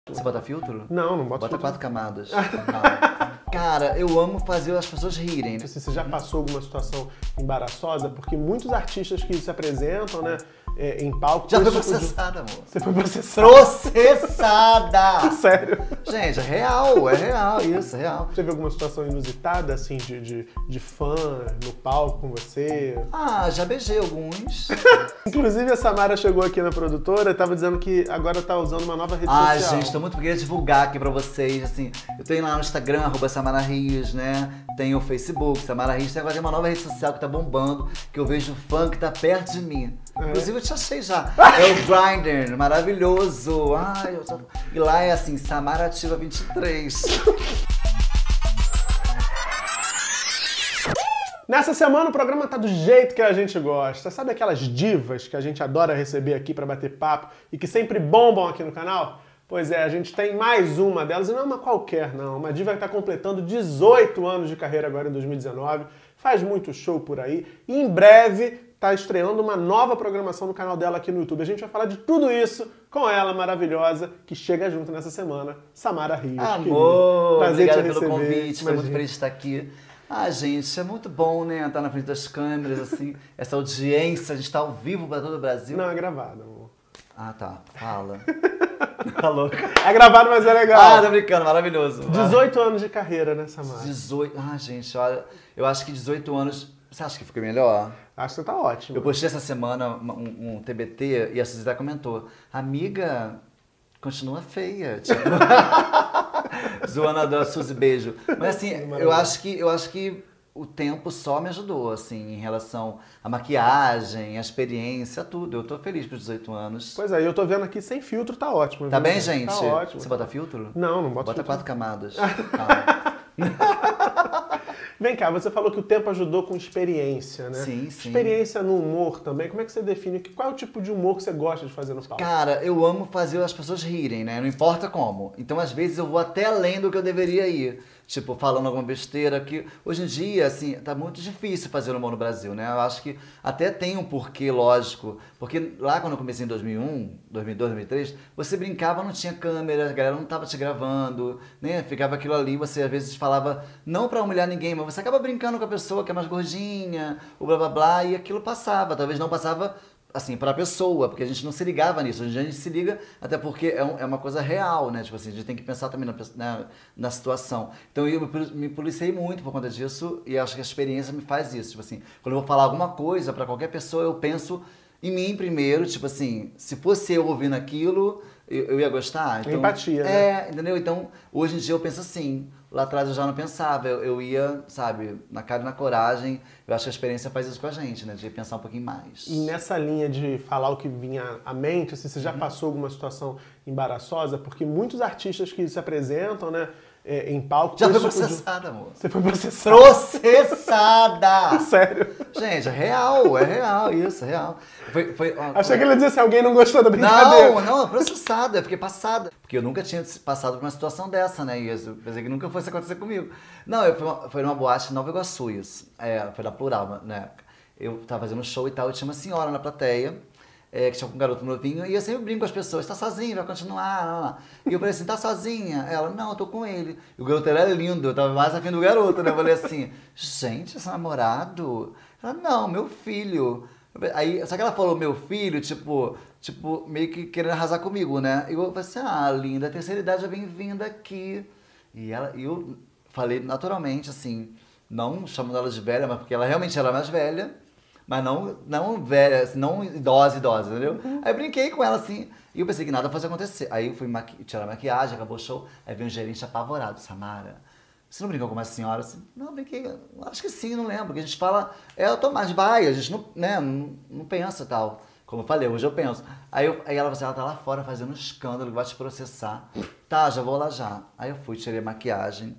Você bota filtro? Não, não bota Bota filtro. 4 camadas. Não. Cara, eu amo fazer as pessoas rirem, né? Você já passou alguma situação embaraçosa? Porque muitos artistas que se apresentam, né, em palco... Já foi esse tipo de- processada, amor. Você foi processado? Processada! Sério? Gente, é real isso, é real. Teve alguma situação inusitada, assim, de fã no palco com você? Ah, já beijei alguns. Inclusive, a Samara chegou aqui na produtora e tava dizendo que agora tá usando uma nova rede Ai, social. gente, tô muito querendo divulgar aqui pra vocês, assim, eu tenho lá no Instagram, @SamaraRios, né, tem o Facebook, Samara Rios, agora tem uma nova rede social que tá bombando, que eu vejo fã que tá perto de mim. Inclusive, eu te achei já. É o Grindr, maravilhoso. Ai, E lá é assim, Samara Ativa 23. Nessa semana o programa tá do jeito que a gente gosta. Sabe aquelas divas que a gente adora receber aqui pra bater papo e que sempre bombam aqui no canal? Pois é, a gente tem mais uma delas, e não é uma qualquer não, uma diva que tá completando 18 anos de carreira agora em 2019, faz muito show por aí e em breve tá estreando uma nova programação no canal dela aqui no YouTube. A gente vai falar de tudo isso com ela maravilhosa, que chega junto nessa semana, Samara Rios. Amor, prazer obrigada te pelo receber. convite, tô muito Imagina. feliz de estar aqui. Ah, gente, é muito bom, né, estar na frente das câmeras, assim, essa audiência, a gente tá ao vivo pra todo o Brasil. Não, é gravado, amor. Ah, tá, fala. Falou. É gravado, mas é legal. Ah, tô brincando, maravilhoso. 18 anos de carreira, né, Samara? 18. Ah, gente, olha, eu acho que 18 anos. Você acha que ficou melhor? Acho que você tá ótimo. Eu postei essa semana um TBT e a Suzy comentou: amiga, continua feia. Tipo... Zoando a Suzy, beijo. Mas assim, eu acho que o tempo só me ajudou, assim, em relação à maquiagem, à experiência, tudo. Eu tô feliz com os 18 anos. Pois é, eu tô vendo aqui sem filtro, tá ótimo. Tá viu, bem, gente? Tá ótimo. Você bota filtro? Não, não bota Bota filtro. 4 camadas. Calma. Vem cá, você falou que o tempo ajudou com experiência, né? Sim, sim. Experiência no humor também. Como é que você define? Qual é o tipo de humor que você gosta de fazer no palco? Cara, eu amo fazer as pessoas rirem, né? Não importa como. Então, às vezes, eu vou até além do que eu deveria ir. Tipo, falando alguma besteira que... Hoje em dia, assim, tá muito difícil fazer humor no Brasil, né? Eu acho que até tem um porquê, lógico. Porque lá quando eu comecei em 2001, 2002, 2003, você brincava, não tinha câmera, a galera não tava te gravando, né? Ficava aquilo ali, você às vezes falava, não pra humilhar ninguém, mas você acaba brincando com a pessoa que é mais gordinha, o blá blá blá, e aquilo passava. Talvez não passava... assim, pra pessoa, porque a gente não se ligava nisso. Hoje em dia a gente se liga, até porque é uma coisa real, né? Tipo assim, a gente tem que pensar também na situação. Então eu me policiei muito por conta disso e acho que a experiência me faz isso. Tipo assim, quando eu vou falar alguma coisa pra qualquer pessoa, eu penso em mim primeiro, tipo assim, se fosse eu ouvindo aquilo, eu ia gostar. Então, Empatia, né? É, entendeu? Então, hoje em dia eu penso assim. Lá atrás eu já não pensava, eu ia, sabe, na cara e na coragem. Eu acho que a experiência faz isso com a gente, né? De pensar um pouquinho mais. E nessa linha de falar o que vinha à mente, assim, você já passou alguma situação embaraçosa? Porque muitos artistas que se apresentam, né, em palco... Já com foi esse tipo de- processada, amor. Você foi processado? Processada! Sério? Gente, é real isso, é real. Achei que ele ia dizer se alguém não gostou da brincadeira. Não, processada, eu fiquei passada. Porque eu nunca tinha passado por uma situação dessa, né? E eu pensei que nunca fosse acontecer comigo. Não, foi numa boate em Nova Iguaçu, isso. Foi na Plural, na época. Eu tava fazendo um show e tal, e tinha uma senhora na plateia, que tinha um garoto novinho, e eu sempre brinco com as pessoas, tá sozinho, vai continuar, lá. E eu falei assim, tá sozinha? Ela, não, eu tô com ele. E o garoto era lindo, eu tava mais afim do garoto, né? Eu falei assim, gente, esse namorado? Ela, não, meu filho. Aí, só que ela falou meu filho, tipo, meio que querendo arrasar comigo, né? E eu falei assim, linda, a terceira idade é bem-vinda aqui. E eu falei naturalmente, assim, não chamando ela de velha, mas porque ela realmente era mais velha, mas não velha, assim, não idosa, entendeu? Aí eu brinquei com ela, assim, e eu pensei que nada fosse acontecer. Aí eu fui tirar a maquiagem, acabou o show, aí veio um gerente apavorado, Samara, você não brincou com uma senhora? Assim, não, brinquei, acho que sim, não lembro, porque a gente fala, mas vai, a gente não pensa tal. Como eu falei, hoje eu penso. Aí ela falou assim, ela tá lá fora fazendo um escândalo, vai te processar. Tá, já vou lá já. Aí eu fui, tirei a maquiagem.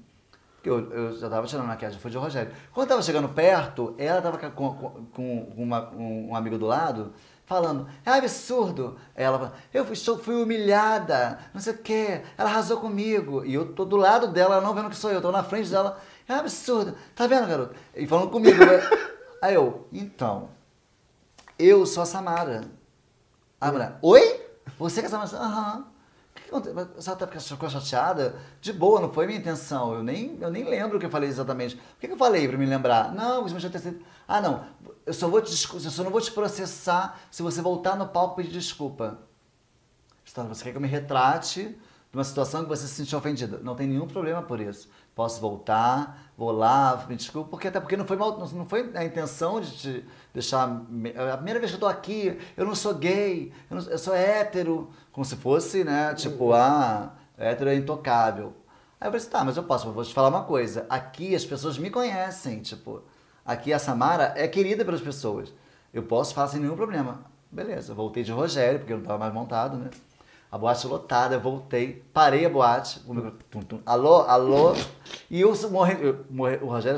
Eu já tava tirando a maquiagem, foi de Rogério. Quando eu tava chegando perto, ela tava com um amigo do lado, falando, é absurdo. Ela falou, eu fui humilhada, não sei o quê, ela arrasou comigo. E eu tô do lado dela, ela não vendo que sou eu, tô na frente dela, é absurdo, tá vendo, garoto? E falando comigo. Aí então, eu sou a Samara. A mulher, oi? Você que é a Samara? Aham. aconteceu? Ela ficou chateada? De boa, não foi minha intenção. Eu nem lembro o que eu falei exatamente. O que eu falei pra me lembrar? Não, você já ter sido... Ah, não. Eu só não vou te processar se você voltar no palco e pedir desculpa. Você quer que eu me retrate de uma situação que você se sentiu ofendida? Não tem nenhum problema por isso. Posso voltar, vou lá, me desculpa, até porque não foi a intenção de te deixar... A primeira vez que eu tô aqui, eu não sou gay, eu sou hétero, como se fosse, né, tipo, hétero é intocável. Aí eu falei assim, tá, mas vou te falar uma coisa, aqui as pessoas me conhecem, tipo, aqui a Samara é querida pelas pessoas, eu posso falar sem nenhum problema. Beleza, voltei de Rogério, porque eu não tava mais montado, né? A boate lotada, eu voltei, parei a boate, alô, alô, e eu o Rogério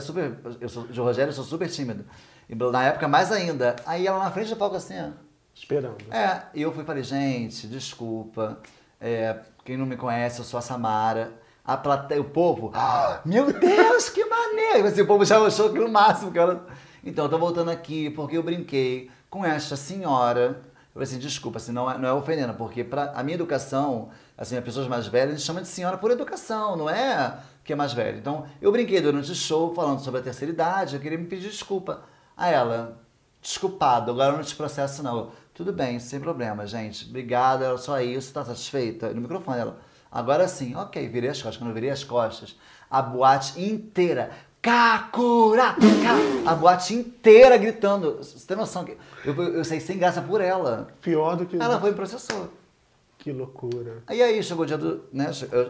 eu sou super tímido, e na época mais ainda, aí ela na frente do palco assim, ó. Esperando. E eu falei, gente, desculpa, quem não me conhece, eu sou a Samara, a plateia, o povo, meu Deus, que maneiro, assim, o povo já achou aquilo máximo, então eu tô voltando aqui porque eu brinquei com esta senhora. Eu falei assim, desculpa, assim, não é ofendendo, porque a minha educação, assim, as pessoas mais velhas, a gente chama de senhora por educação, não é que é mais velha. Então, eu brinquei durante o show falando sobre a terceira idade, eu queria me pedir desculpa. A ela, desculpado, agora eu não te processo não. Eu, tudo bem, sem problema, gente, obrigada, era só isso, tá satisfeita? No microfone, ela, agora sim, ok, virei as costas. Quando eu virei as costas, a boate inteira... Kakura! A boate inteira gritando. Você tem noção que eu saí sem graça por ela. Pior do que... Ela foi e processou. Que loucura. Aí chegou o dia do... Né,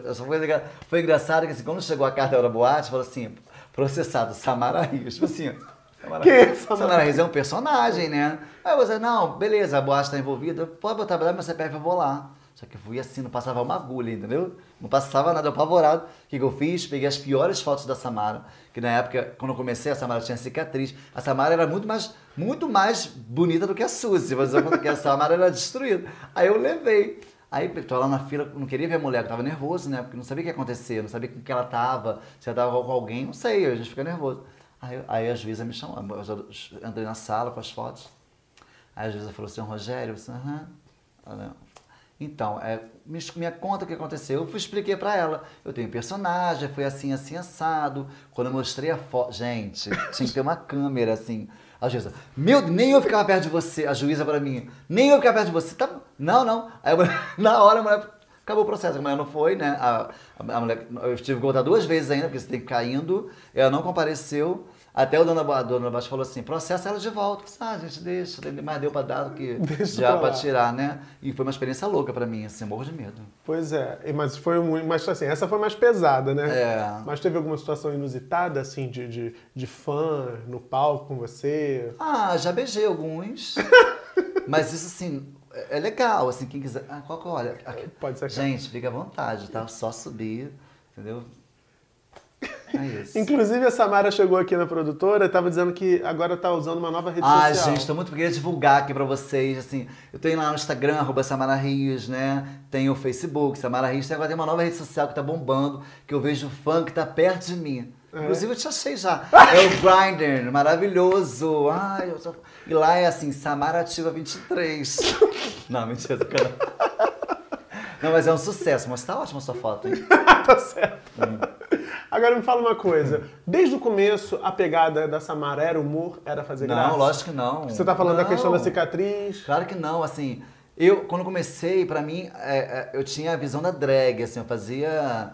foi engraçado que assim, quando chegou a carta da boate, falou assim, processado, Samara Rios. Tipo assim, Samara Rios é um personagem, né? Aí você, não, beleza, a boate tá envolvida, pode botar meu CPF, eu vou lá. Só que eu fui assim, não passava uma agulha, entendeu? Não passava nada, eu apavorado. O que eu fiz? Peguei as piores fotos da Samara, que na época, quando eu comecei, a Samara tinha cicatriz. A Samara era muito mais bonita do que a Suzy, porque a Samara era destruída. Aí eu levei. Aí tô lá na fila, não queria ver a mulher, eu tava nervoso, né? Porque não sabia o que ia acontecer, não sabia com que ela tava, se ela tava com alguém, não sei, a gente fica nervoso. Aí a juíza me chamou, eu entrei na sala com as fotos. Aí a juíza falou assim, Rogério, eu disse, então, me conta o que aconteceu. Eu expliquei pra ela. Eu tenho personagem, foi assim, assim, assado. Quando eu mostrei a foto... Gente, tinha que ter uma câmera, assim. A juíza, nem eu ficava perto de você. A juíza pra mim, nem eu ficava perto de você. Tá... Não. Aí, na hora, a mulher... Acabou o processo. A mulher não foi, né? A mulher... Eu tive que voltar 2 vezes ainda, porque você tem que ficar indo. Ela não compareceu. Até a dona Baixo falou assim, processa ela de volta. Gente, deixa, mas deu pra dar do que já pra tirar, né? E foi uma experiência louca pra mim, assim, morro de medo. Pois é, mas assim, essa foi mais pesada, né? Mas teve alguma situação inusitada, assim, de fã no palco com você? Já beijei alguns, mas isso, assim, é legal, assim, quem quiser... qual que olha? Pode ser. Gente, fica à vontade, tá? Só subir, entendeu? É isso. Inclusive, a Samara chegou aqui na produtora e estava dizendo que agora está usando uma nova rede social. Gente, queria divulgar aqui pra vocês, assim, eu tenho lá no Instagram, @Samara Rios, né, tem o Facebook, Samara Rios, agora tem uma nova rede social que tá bombando, que eu vejo fã que tá perto de mim. Inclusive, eu te achei já. É o Grindr, maravilhoso. E lá é assim, Samara Ativa 23. Não, mentira, não, mas é um sucesso, mas tá ótima a sua foto, hein? Tá certo. Agora me fala uma coisa, desde o começo a pegada da Samara era humor, era fazer graça? Não, lógico que não. Você tá falando da questão da cicatriz? Claro que não, assim, quando comecei, pra mim, eu tinha a visão da drag, assim, eu fazia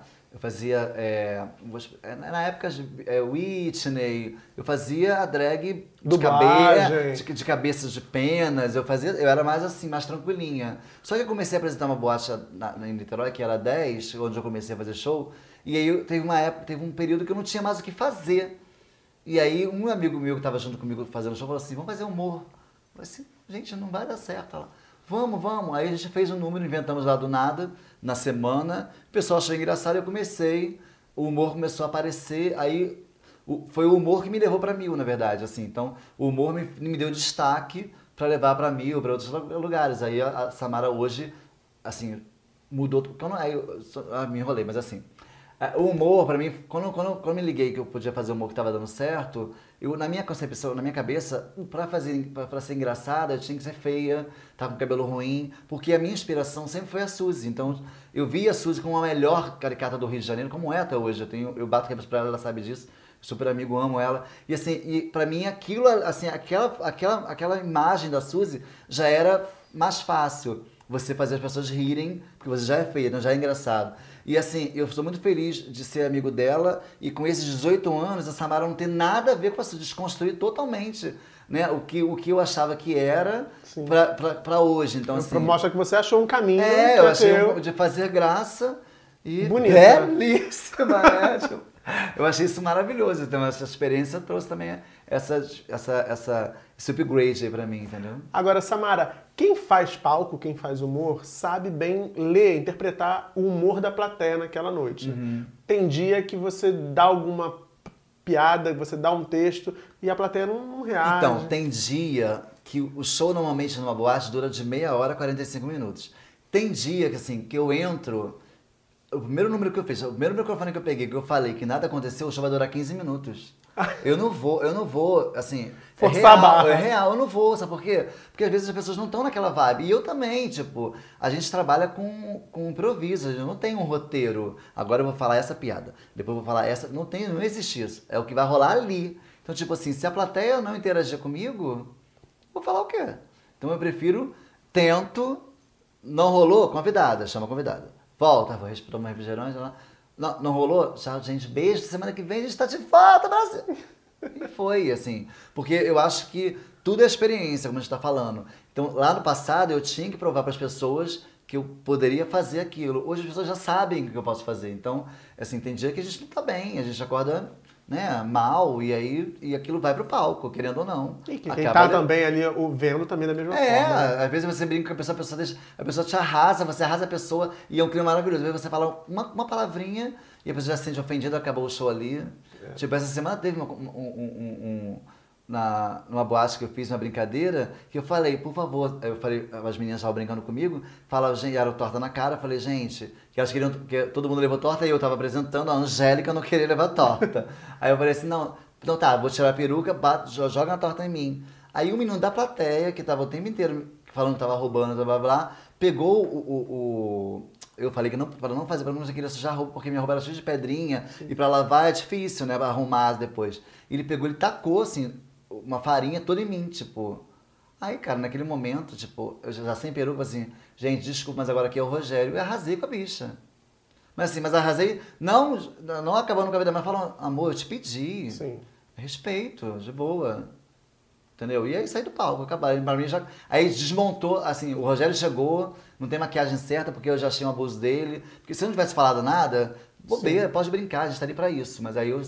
na época de Whitney, eu fazia a drag de cabeças de penas, eu era mais assim, mais tranquilinha. Só que eu comecei a apresentar uma boate em Niterói, que era 10, onde eu comecei a fazer show, e aí teve um período que eu não tinha mais o que fazer. E aí um amigo meu que estava junto comigo fazendo show falou assim, vamos fazer humor. Eu falei assim, gente, não vai dar certo. Ela, vamos. Aí a gente fez um número, inventamos lá do nada, na semana, o pessoal achou engraçado, eu comecei, o humor começou a aparecer, aí foi o humor que me levou para 1000, na verdade, assim. Então, o humor me deu destaque para levar para 1000, para outros lugares. Aí a Samara hoje, assim, mudou, me enrolei, mas assim, O humor, pra mim, quando eu me liguei que eu podia fazer humor que tava dando certo, na minha concepção, na minha cabeça, pra ser engraçada, eu tinha que ser feia, tava com cabelo ruim, porque a minha inspiração sempre foi a Suzy. Então, eu vi a Suzy como a melhor caricata do Rio de Janeiro, como é até hoje. Eu bato cabeça pra ela sabe disso. Super amigo, amo ela. E assim, pra mim aquilo, assim, aquela imagem da Suzy já era mais fácil. Você fazer as pessoas rirem, porque você já é feia, então já é engraçado. E assim, eu sou muito feliz de ser amigo dela e com esses 18 anos a Samara não tem nada a ver com isso, desconstruir totalmente, né, o que eu achava que era pra hoje. Então, assim, mostra que você achou um caminho. Eu achei de fazer graça e bonita. Belíssima, né? Tipo, eu achei isso maravilhoso. Então, essa experiência trouxe também esse upgrade aí pra mim, entendeu? Agora, Samara, quem faz palco, quem faz humor, sabe bem ler, interpretar o humor da plateia naquela noite. Tem dia que você dá alguma piada, você dá um texto e a plateia não reage. Então, tem dia que o show normalmente numa boate dura de meia hora a 45 minutos. Tem dia que assim, que eu entro, o primeiro número que eu fiz, o primeiro microfone que eu peguei, que eu falei que nada aconteceu, o show vai durar 15 minutos. Eu não vou, assim... Forçar a barra. É real, eu não vou, sabe por quê? Porque às vezes as pessoas não estão naquela vibe. E eu também, tipo, a gente trabalha com improviso, a gente não tem um roteiro. Agora eu vou falar essa piada, depois eu vou falar essa... Não existe isso. É o que vai rolar ali. Então, tipo assim, se a plateia não interagir comigo, vou falar o quê? Então eu prefiro, tento, não rolou, convidada, chama a convidada. Volta, vou tomar refrigerante, lá. Não rolou? Tchau, gente. Beijo. Semana que vem a gente tá de volta, Brasil. E foi, assim. Porque eu acho que tudo é experiência, como a gente tá falando. Então, lá no passado, eu tinha que provar para as pessoas que eu poderia fazer aquilo. Hoje as pessoas já sabem o que eu posso fazer. Então, assim, tem dia que a gente não tá bem. A gente acorda, né, mal. E aquilo vai pro palco, querendo ou não. E quem tá também ali vendo também da mesma forma. Né? Às vezes você brinca com a pessoa te arrasa, você arrasa a pessoa e é um clima maravilhoso. Às vezes você fala uma palavrinha e a pessoa já se sente ofendida, acabou o show ali. Tipo, essa semana teve numa boate que eu fiz uma brincadeira, que eu falei, por favor, eu falei, as meninas estavam brincando comigo, falaram, gente, era torta na cara, eu falei, gente, que elas queriam, que todo mundo levou torta e eu tava apresentando, a Angélica não queria levar torta. Aí eu falei assim, não, então tá, vou tirar a peruca, joga a torta em mim. Aí um menino da plateia, que tava o tempo inteiro falando que tava roubando, blá blá blá, pegou eu falei que para não fazer, para não queria sujar a roupa, porque minha roupa era cheia de pedrinha, e para lavar é difícil, né, pra arrumar depois. Ele pegou, ele tacou, assim, uma farinha toda em mim, tipo... Aí, cara, naquele momento, tipo, eu já sem peruca, assim, gente, desculpa, mas agora aqui é o Rogério, eu arrasei com a bicha. Mas assim, arrasei, não acabando com a vida, mas falando, amor, eu te pedi. Sim. Respeito, de boa. Entendeu? E aí saí do palco, acabaram. Pra mim já... Aí desmontou, assim, o Rogério chegou, não tem maquiagem certa, porque eu já achei um abuso dele. Porque se eu não tivesse falado nada, bobeira, pode brincar, a gente tá ali pra isso. Mas aí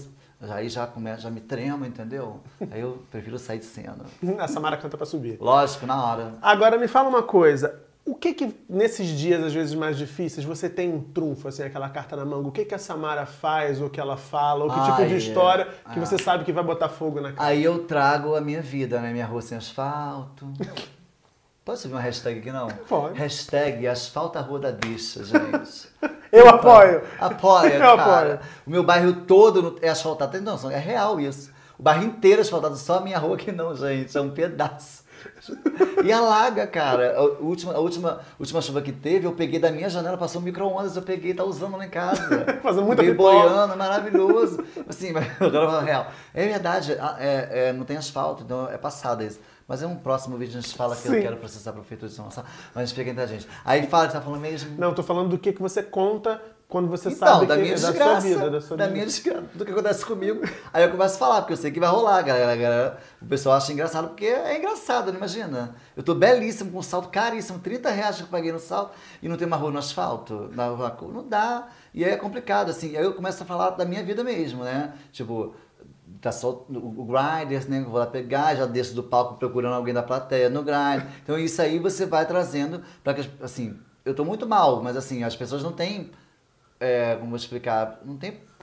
já me tremo, entendeu? Aí eu prefiro sair de cena. A Samara canta pra subir. Lógico, na hora. Agora me fala uma coisa. O que nesses dias, às vezes, mais difíceis, você tem um trunfo, assim, aquela carta na manga? O que a Samara faz, ou que ela fala, ou que tipo de história que você sabe que vai botar fogo na cara? Aí eu trago a minha vida, né? Minha rua sem asfalto. Pode subir uma hashtag aqui, não? Pode. Hashtag asfalta a rua da bicha, gente. Eu apoio. Apoia, Eu cara. apoio. O meu bairro todo é asfaltado. Não, é real isso. O bairro inteiro é asfaltado, só a minha rua que não, gente. É um pedaço. E alaga, cara. A última chuva que teve, eu peguei da minha janela, passou um micro-ondas, eu peguei, tá usando lá em casa. Fazendo muita Veio pipoca. boiando, maravilhoso. Assim, mas agora eu falo real. É verdade, não tem asfalto, então é passada isso. Mas é um próximo vídeo, a gente fala que Sim. eu quero processar a prefeitura de São Gonçalo, mas a gente fica entre a gente. Aí fala que tá falando mesmo. Não, tô falando do que você conta quando você Então, sabe da que minha da desgraça, sua vida, da sua vida. minha desgraça, do que acontece comigo. Aí eu começo a falar, porque eu sei que vai rolar, galera. O pessoal acha engraçado, porque é engraçado, não imagina. Eu tô belíssimo, com um salto caríssimo, R$30 que eu paguei no salto, e não tem uma rua no asfalto. Não dá. E aí é complicado, assim. Aí eu começo a falar da minha vida mesmo, né? Tipo, tá só o Grindr, né? Eu vou lá pegar, já desço do palco procurando alguém da plateia no Grindr. Então isso aí você vai trazendo para que, assim, eu tô muito mal, mas assim, as pessoas não têm... como vou explicar, não tem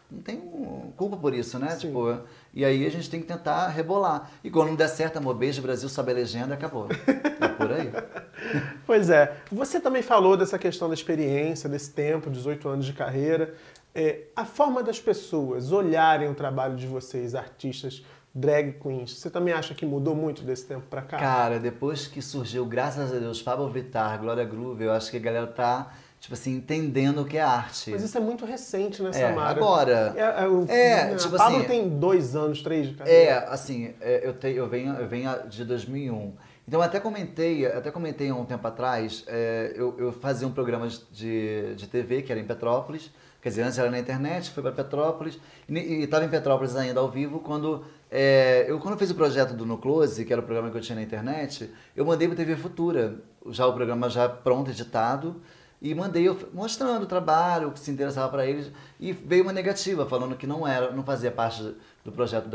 não tem culpa por isso, né? Sim. Tipo, e aí a gente tem que tentar rebolar. E quando não der certo, amor, beijo, Brasil, sobe a legenda, acabou. É por aí. Pois é. Você também falou dessa questão da experiência, desse tempo, 18 anos de carreira. A forma das pessoas olharem o trabalho de vocês, artistas, drag queens, você também acha que mudou muito desse tempo pra cá? Cara, depois que surgiu, graças a Deus, Pablo Vittar, Glória Groove, eu acho que a galera tá, tipo assim, entendendo o que é arte. Mas isso é muito recente, né, Samara? Agora. Tipo Pablo assim, tem 2 anos, 3 de carreira. Assim, eu venho de 2001. Então, eu até comentei há um tempo atrás, eu fazia um programa de TV, que era em Petrópolis. Quer dizer, antes era na internet, fui para Petrópolis, e estava em Petrópolis ainda ao vivo, quando eu fiz o projeto do No Close, que era o programa que eu tinha na internet, eu mandei para TV Futura, já o programa já pronto, editado, e mandei mostrando o trabalho, o que se interessava para eles, e veio uma negativa, falando que não fazia parte do projeto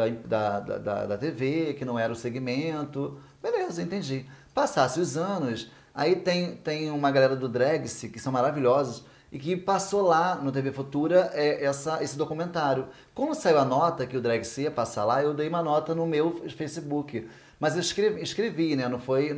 da TV, que não era o segmento. Beleza, entendi. Passasse os anos, aí tem uma galera do Drag-se, que são maravilhosos, e que passou lá no TV Futura esse documentário. Quando saiu a nota que o Drag-se ia passar lá, eu dei uma nota no meu Facebook. Mas eu escrevi, né? Não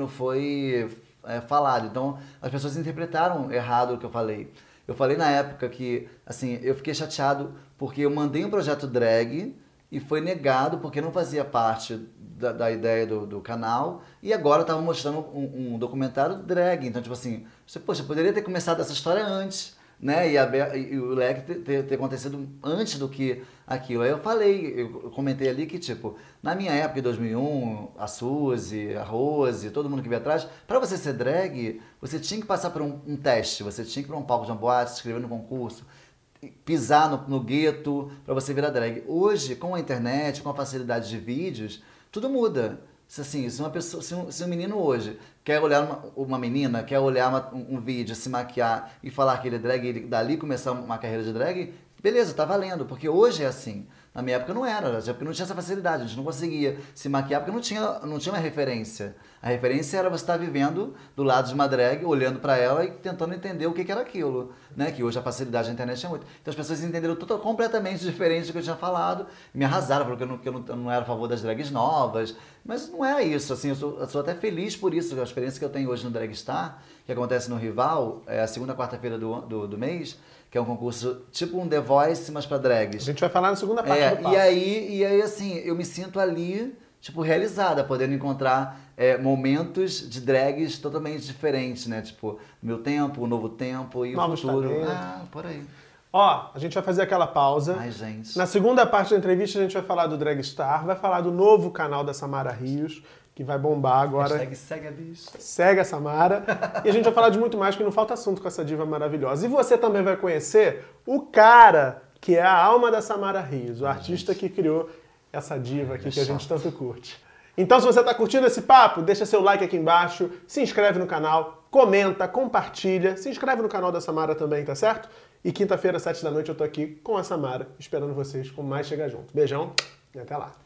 foi falado. Então, as pessoas interpretaram errado o que eu falei. Eu falei na época que, assim, eu fiquei chateado porque eu mandei um projeto drag e foi negado porque não fazia parte da ideia do canal, e agora estava mostrando um documentário drag. Então, tipo assim, poxa, poderia ter começado essa história antes, né? E o leque ter acontecido antes do que aquilo. Aí eu comentei ali que, tipo, na minha época, em 2001, a Suzy, a Rose, todo mundo que veio atrás, para você ser drag, você tinha que passar por um teste, você tinha que ir para um palco de uma boate, se inscrever no concurso, pisar no gueto para você virar drag. Hoje, com a internet, com a facilidade de vídeos, tudo muda. Assim, se um menino hoje quer olhar uma menina, quer olhar um vídeo, se maquiar e falar que ele é drag e ele dali começar uma carreira de drag, beleza, tá valendo, porque hoje é assim. Na minha época não era, porque não tinha essa facilidade, a gente não conseguia se maquiar porque não tinha uma referência. A referência era você estar vivendo do lado de uma drag, olhando pra ela e tentando entender o que era aquilo, né? Que hoje a facilidade da internet é muito. Então as pessoas entenderam tudo completamente diferente do que eu tinha falado, me arrasaram, falaram que eu não era a favor das drags novas, mas não é isso, assim, eu sou até feliz por isso, a experiência que eu tenho hoje no Dragstar, que acontece no Rival, é a segunda quarta-feira do mês, que é um concurso tipo um The Voice, mas pra drags. A gente vai falar na segunda parte do papo. E aí, assim, eu me sinto ali, tipo, realizada, podendo encontrar momentos de drags totalmente diferentes, né? Tipo, meu tempo, o novo tempo e Novos o futuro. talentos. Por aí. Ó, a gente vai fazer aquela pausa. Ai, gente. Na segunda parte da entrevista a gente vai falar do Dragstar, vai falar do novo canal da Samara Rios, que vai bombar agora. Segue a bicha. Segue a Samara. E a gente vai falar de muito mais, que não falta assunto com essa diva maravilhosa. E você também vai conhecer o cara que é a alma da Samara Rios, o artista que criou essa diva aqui que a gente tanto curte. Então, se você está curtindo esse papo, deixa seu like aqui embaixo, se inscreve no canal, comenta, compartilha, se inscreve no canal da Samara também, tá certo? E quinta-feira, 7 da noite, eu tô aqui com a Samara, esperando vocês com mais Chega Junto. Beijão e até lá.